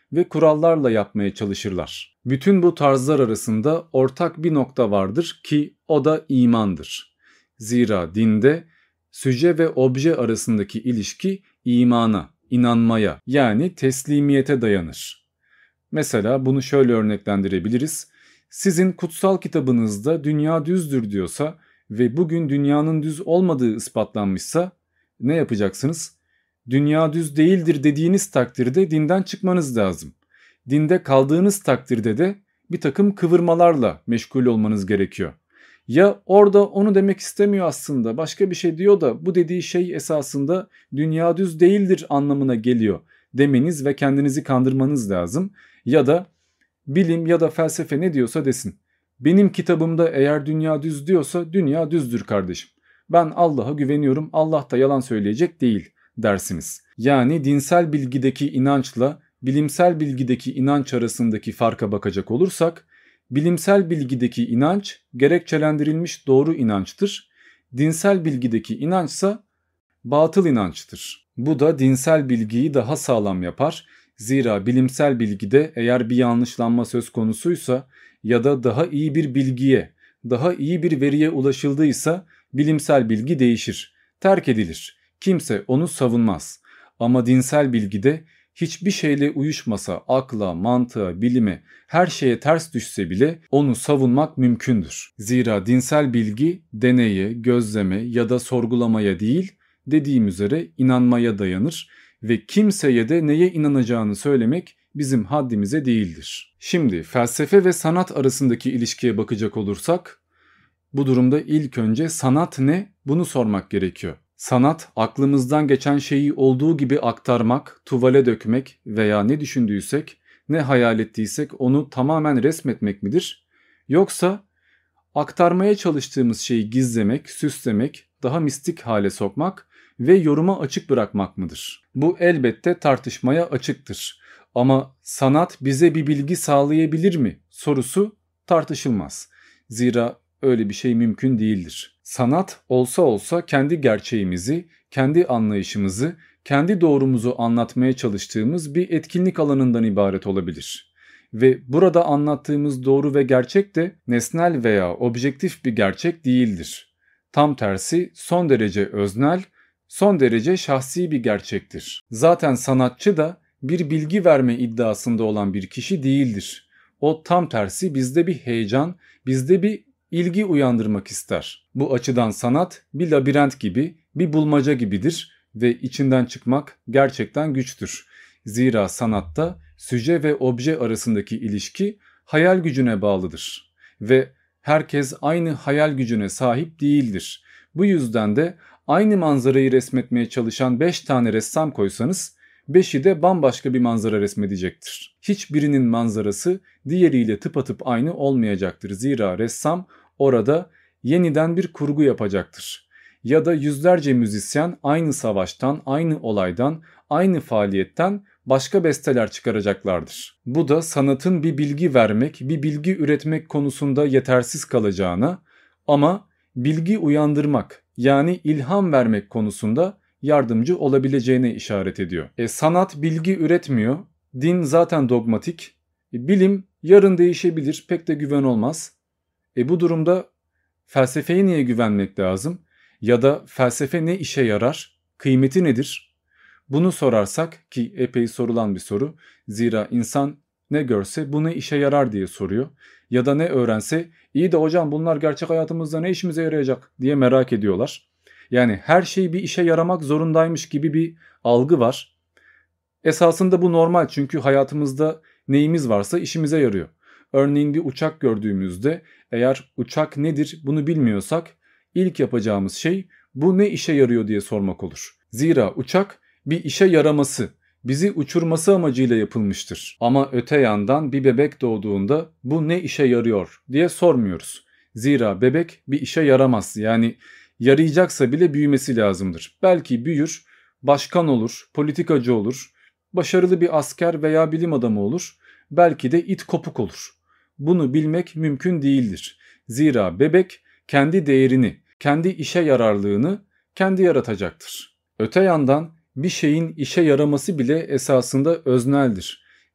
[SPEAKER 1] ve kurallarla yapmaya çalışırlar. Bütün bu tarzlar arasında ortak bir nokta vardır ki o da imandır. Zira dinde süje ve obje arasındaki ilişki imana, inanmaya yani teslimiyete dayanır. Mesela bunu şöyle örneklendirebiliriz. Sizin kutsal kitabınızda dünya düzdür diyorsa ve bugün dünyanın düz olmadığı ispatlanmışsa ne yapacaksınız? Dünya düz değildir dediğiniz takdirde dinden çıkmanız lazım. Dinde kaldığınız takdirde de bir takım kıvırmalarla meşgul olmanız gerekiyor. Ya orada onu demek istemiyor aslında, başka bir şey diyor da bu dediği şey esasında dünya düz değildir anlamına geliyor demeniz ve kendinizi kandırmanız lazım. Ya da bilim ya da felsefe ne diyorsa desin. Benim kitabımda eğer dünya düz diyorsa dünya düzdür kardeşim. Ben Allah'a güveniyorum, Allah da yalan söyleyecek değil dersiniz. Yani dinsel bilgideki inançla bilimsel bilgideki inanç arasındaki farka bakacak olursak, bilimsel bilgideki inanç gerekçelendirilmiş doğru inançtır. Dinsel bilgideki inançsa batıl inançtır. Bu da dinsel bilgiyi daha sağlam yapar. Zira bilimsel bilgide eğer bir yanlışlanma söz konusuysa ya da daha iyi bir bilgiye, daha iyi bir veriye ulaşıldıysa bilimsel bilgi değişir, terk edilir. Kimse onu savunmaz. Ama dinsel bilgide hiçbir şeyle uyuşmasa, akla, mantığa, bilime, her şeye ters düşse bile onu savunmak mümkündür. Zira dinsel bilgi deneye, gözleme ya da sorgulamaya değil, dediğim üzere inanmaya dayanır ve kimseye de neye inanacağını söylemek bizim haddimize değildir. Şimdi felsefe ve sanat arasındaki ilişkiye bakacak olursak, bu durumda ilk önce sanat ne? Bunu sormak gerekiyor. Sanat, aklımızdan geçen şeyi olduğu gibi aktarmak, tuvale dökmek veya ne düşündüysek, ne hayal ettiysek onu tamamen resmetmek midir? Yoksa aktarmaya çalıştığımız şeyi gizlemek, süslemek, daha mistik hale sokmak ve yoruma açık bırakmak mıdır? Bu elbette tartışmaya açıktır. Ama sanat bize bir bilgi sağlayabilir mi sorusu tartışılmaz. Zira öyle bir şey mümkün değildir. Sanat olsa olsa kendi gerçeğimizi, kendi anlayışımızı, kendi doğrumuzu anlatmaya çalıştığımız bir etkinlik alanından ibaret olabilir. Ve burada anlattığımız doğru ve gerçek de nesnel veya objektif bir gerçek değildir. Tam tersi son derece öznel, son derece şahsi bir gerçektir. Zaten sanatçı da bir bilgi verme iddiasında olan bir kişi değildir. O tam tersi bizde bir heyecan, bizde bir ilgi uyandırmak ister. Bu açıdan sanat bir labirent gibi, bir bulmaca gibidir ve içinden çıkmak gerçekten güçtür. Zira sanatta süje ve obje arasındaki ilişki hayal gücüne bağlıdır ve herkes aynı hayal gücüne sahip değildir. Bu yüzden de aynı manzarayı resmetmeye çalışan beş tane ressam koysanız beşi de bambaşka bir manzara resmedecektir. Hiçbirinin manzarası diğeriyle tıpatıp aynı olmayacaktır. Zira ressam orada yeniden bir kurgu yapacaktır. Ya da yüzlerce müzisyen aynı savaştan, aynı olaydan, aynı faaliyetten başka besteler çıkaracaklardır. Bu da sanatın bir bilgi vermek, bir bilgi üretmek konusunda yetersiz kalacağına ama bilgi uyandırmak yani ilham vermek konusunda yardımcı olabileceğine işaret ediyor. E, sanat bilgi üretmiyor, din zaten dogmatik, e, bilim yarın değişebilir, pek de güven olmaz. E bu durumda felsefeye niye güvenmek lazım? Ya da felsefe ne işe yarar? Kıymeti nedir? Bunu sorarsak ki epey sorulan bir soru. Zira insan ne görse bu ne işe yarar diye soruyor. Ya da ne öğrense iyi de hocam bunlar gerçek hayatımızda ne işimize yarayacak diye merak ediyorlar. Yani her şey bir işe yaramak zorundaymış gibi bir algı var. Esasında bu normal çünkü hayatımızda neyimiz varsa işimize yarıyor. Örneğin bir uçak gördüğümüzde eğer uçak nedir bunu bilmiyorsak ilk yapacağımız şey bu ne işe yarıyor diye sormak olur. Zira uçak bir işe yaraması, bizi uçurması amacıyla yapılmıştır. Ama öte yandan bir bebek doğduğunda bu ne işe yarıyor diye sormuyoruz. Zira bebek bir işe yaramaz. Yani yarayacaksa bile büyümesi lazımdır. Belki büyür, başkan olur, politikacı olur, başarılı bir asker veya bilim adamı olur, belki de it kopuk olur. Bunu bilmek mümkün değildir. Zira bebek kendi değerini, kendi işe yararlığını kendi yaratacaktır. Öte yandan bir şeyin işe yaraması bile esasında özneldir.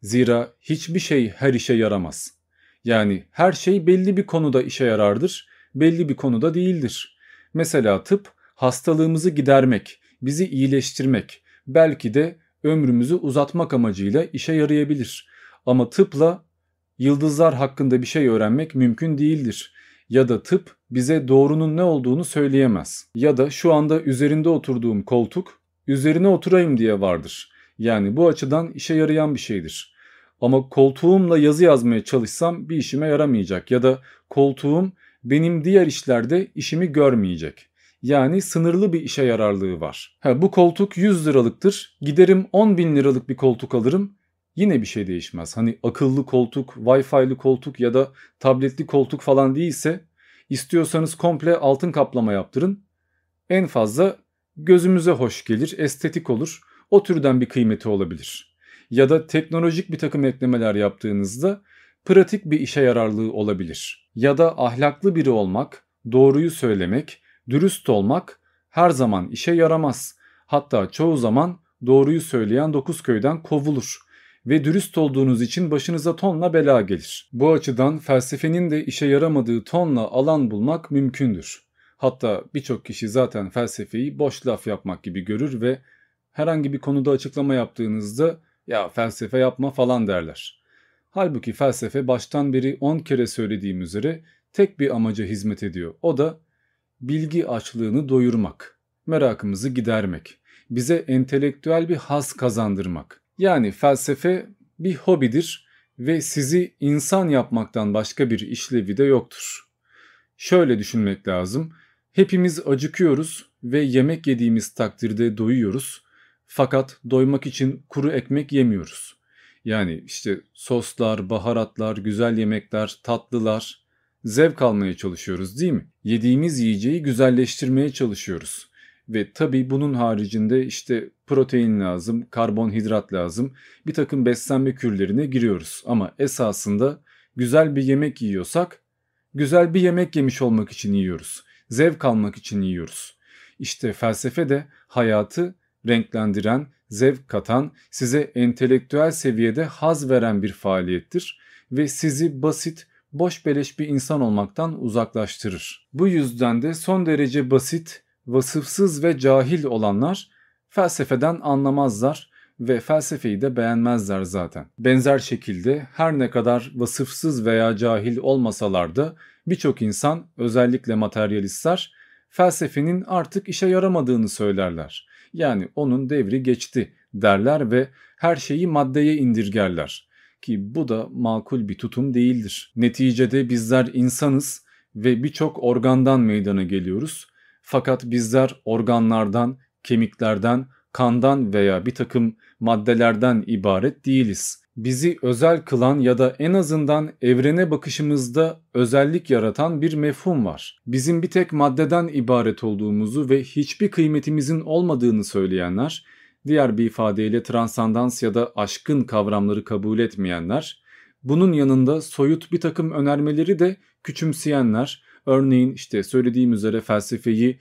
[SPEAKER 1] Zira hiçbir şey her işe yaramaz. Yani her şey belli bir konuda işe yarardır, belli bir konuda değildir. Mesela tıp hastalığımızı gidermek, bizi iyileştirmek, belki de ömrümüzü uzatmak amacıyla işe yarayabilir. Ama tıpla yıldızlar hakkında bir şey öğrenmek mümkün değildir. Ya da tıp bize doğrunun ne olduğunu söyleyemez. Ya da şu anda üzerinde oturduğum koltuk üzerine oturayım diye vardır. Yani bu açıdan işe yarayan bir şeydir. Ama koltuğumla yazı yazmaya çalışsam bir işime yaramayacak ya da koltuğum benim diğer işlerde işimi görmeyecek. Yani sınırlı bir işe yararlığı var. Ha, bu koltuk yüz liralıktır. Giderim on bin liralık bir koltuk alırım. Yine bir şey değişmez. Hani akıllı koltuk, Wi-Fi'li koltuk ya da tabletli koltuk falan değilse istiyorsanız komple altın kaplama yaptırın. En fazla gözümüze hoş gelir, estetik olur. O türden bir kıymeti olabilir. Ya da teknolojik bir takım eklemeler yaptığınızda pratik bir işe yararlığı olabilir. Ya da ahlaklı biri olmak, doğruyu söylemek, dürüst olmak her zaman işe yaramaz. Hatta çoğu zaman doğruyu söyleyen dokuz köyden kovulur ve dürüst olduğunuz için başınıza tonla bela gelir. Bu açıdan felsefenin de işe yaramadığı tonla alan bulmak mümkündür. Hatta birçok kişi zaten felsefeyi boş laf yapmak gibi görür ve herhangi bir konuda açıklama yaptığınızda ya felsefe yapma falan derler. Halbuki felsefe baştan beri on kere söylediğim üzere tek bir amaca hizmet ediyor. O da bilgi açlığını doyurmak, merakımızı gidermek, bize entelektüel bir haz kazandırmak. Yani felsefe bir hobidir ve sizi insan yapmaktan başka bir işlevi de yoktur. Şöyle düşünmek lazım. Hepimiz acıkıyoruz ve yemek yediğimiz takdirde doyuyoruz. Fakat doymak için kuru ekmek yemiyoruz. Yani işte soslar, baharatlar, güzel yemekler, tatlılar, zevk almaya çalışıyoruz değil mi? Yediğimiz yiyeceği güzelleştirmeye çalışıyoruz. Ve tabii bunun haricinde işte protein lazım, karbonhidrat lazım, bir takım beslenme kürlerine giriyoruz. Ama esasında güzel bir yemek yiyorsak, güzel bir yemek yemiş olmak için yiyoruz. Zevk almak için yiyoruz. İşte felsefe de hayatı renklendiren, zevk katan, size entelektüel seviyede haz veren bir faaliyettir ve sizi basit, boş beleş bir insan olmaktan uzaklaştırır. Bu yüzden de son derece basit, vasıfsız ve cahil olanlar felsefeden anlamazlar ve felsefeyi de beğenmezler zaten. Benzer şekilde her ne kadar vasıfsız veya cahil olmasalar da birçok insan, özellikle materyalistler, felsefenin artık işe yaramadığını söylerler. Yani onun devri geçti derler ve her şeyi maddeye indirgerler. Ki bu da makul bir tutum değildir. Neticede bizler insanız ve birçok organdan meydana geliyoruz. Fakat bizler organlardan, kemiklerden, kandan veya bir takım maddelerden ibaret değiliz. Bizi özel kılan ya da en azından evrene bakışımızda özellik yaratan bir mefhum var. Bizim bir tek maddeden ibaret olduğumuzu ve hiçbir kıymetimizin olmadığını söyleyenler, diğer bir ifadeyle transandans ya da aşkın kavramları kabul etmeyenler, bunun yanında soyut bir takım önermeleri de küçümseyenler, örneğin işte söylediğim üzere felsefeyi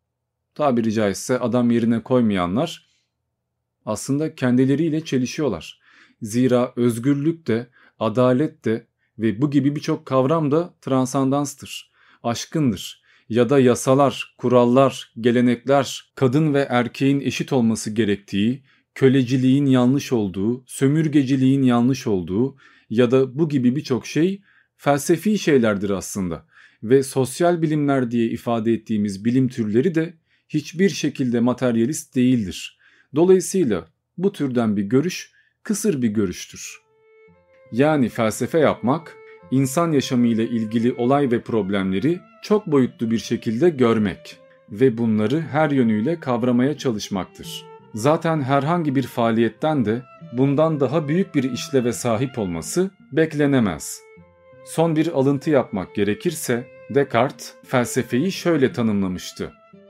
[SPEAKER 1] tabiri caizse adam yerine koymayanlar aslında kendileriyle çelişiyorlar. Zira özgürlük de, adalet de ve bu gibi birçok kavram da transandanstır, aşkındır. Ya da yasalar, kurallar, gelenekler, kadın ve erkeğin eşit olması gerektiği, köleciliğin yanlış olduğu, sömürgeciliğin yanlış olduğu ya da bu gibi birçok şey felsefi şeylerdir aslında. Ve sosyal bilimler diye ifade ettiğimiz bilim türleri de hiçbir şekilde materyalist değildir. Dolayısıyla bu türden bir görüş kısır bir görüştür. Yani felsefe yapmak, insan yaşamıyla ilgili olay ve problemleri çok boyutlu bir şekilde görmek ve bunları her yönüyle kavramaya çalışmaktır. Zaten herhangi bir faaliyetten de bundan daha büyük bir işleve sahip olması beklenemez. Son bir alıntı yapmak gerekirse Descartes felsefeyi şöyle tanımlamıştı.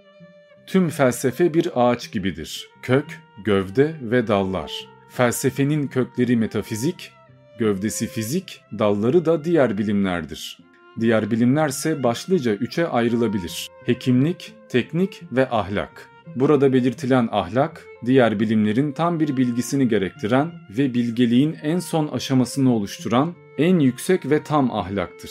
[SPEAKER 1] Tüm felsefe bir ağaç gibidir. Kök, gövde ve dallar. Felsefenin kökleri metafizik, gövdesi fizik, dalları da diğer bilimlerdir. Diğer bilimlerse başlıca üçe ayrılabilir. Hekimlik, teknik ve ahlak. Burada belirtilen ahlak, diğer bilimlerin tam bir bilgisini gerektiren ve bilgeliğin en son aşamasını oluşturan en yüksek ve tam ahlaktır.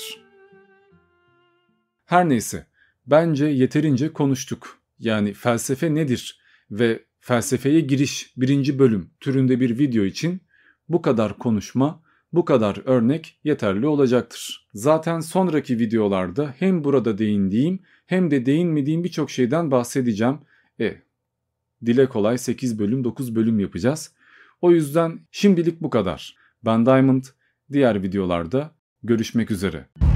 [SPEAKER 1] Her neyse, bence yeterince konuştuk. Yani felsefe nedir ve felsefeye giriş birinci bölüm türünde bir video için bu kadar konuşma, bu kadar örnek yeterli olacaktır. Zaten sonraki videolarda hem burada değindiğim hem de değinmediğim birçok şeyden bahsedeceğim. E, dile kolay sekiz bölüm dokuz bölüm yapacağız. O yüzden şimdilik bu kadar. Ben Diamond, diğer videolarda görüşmek üzere.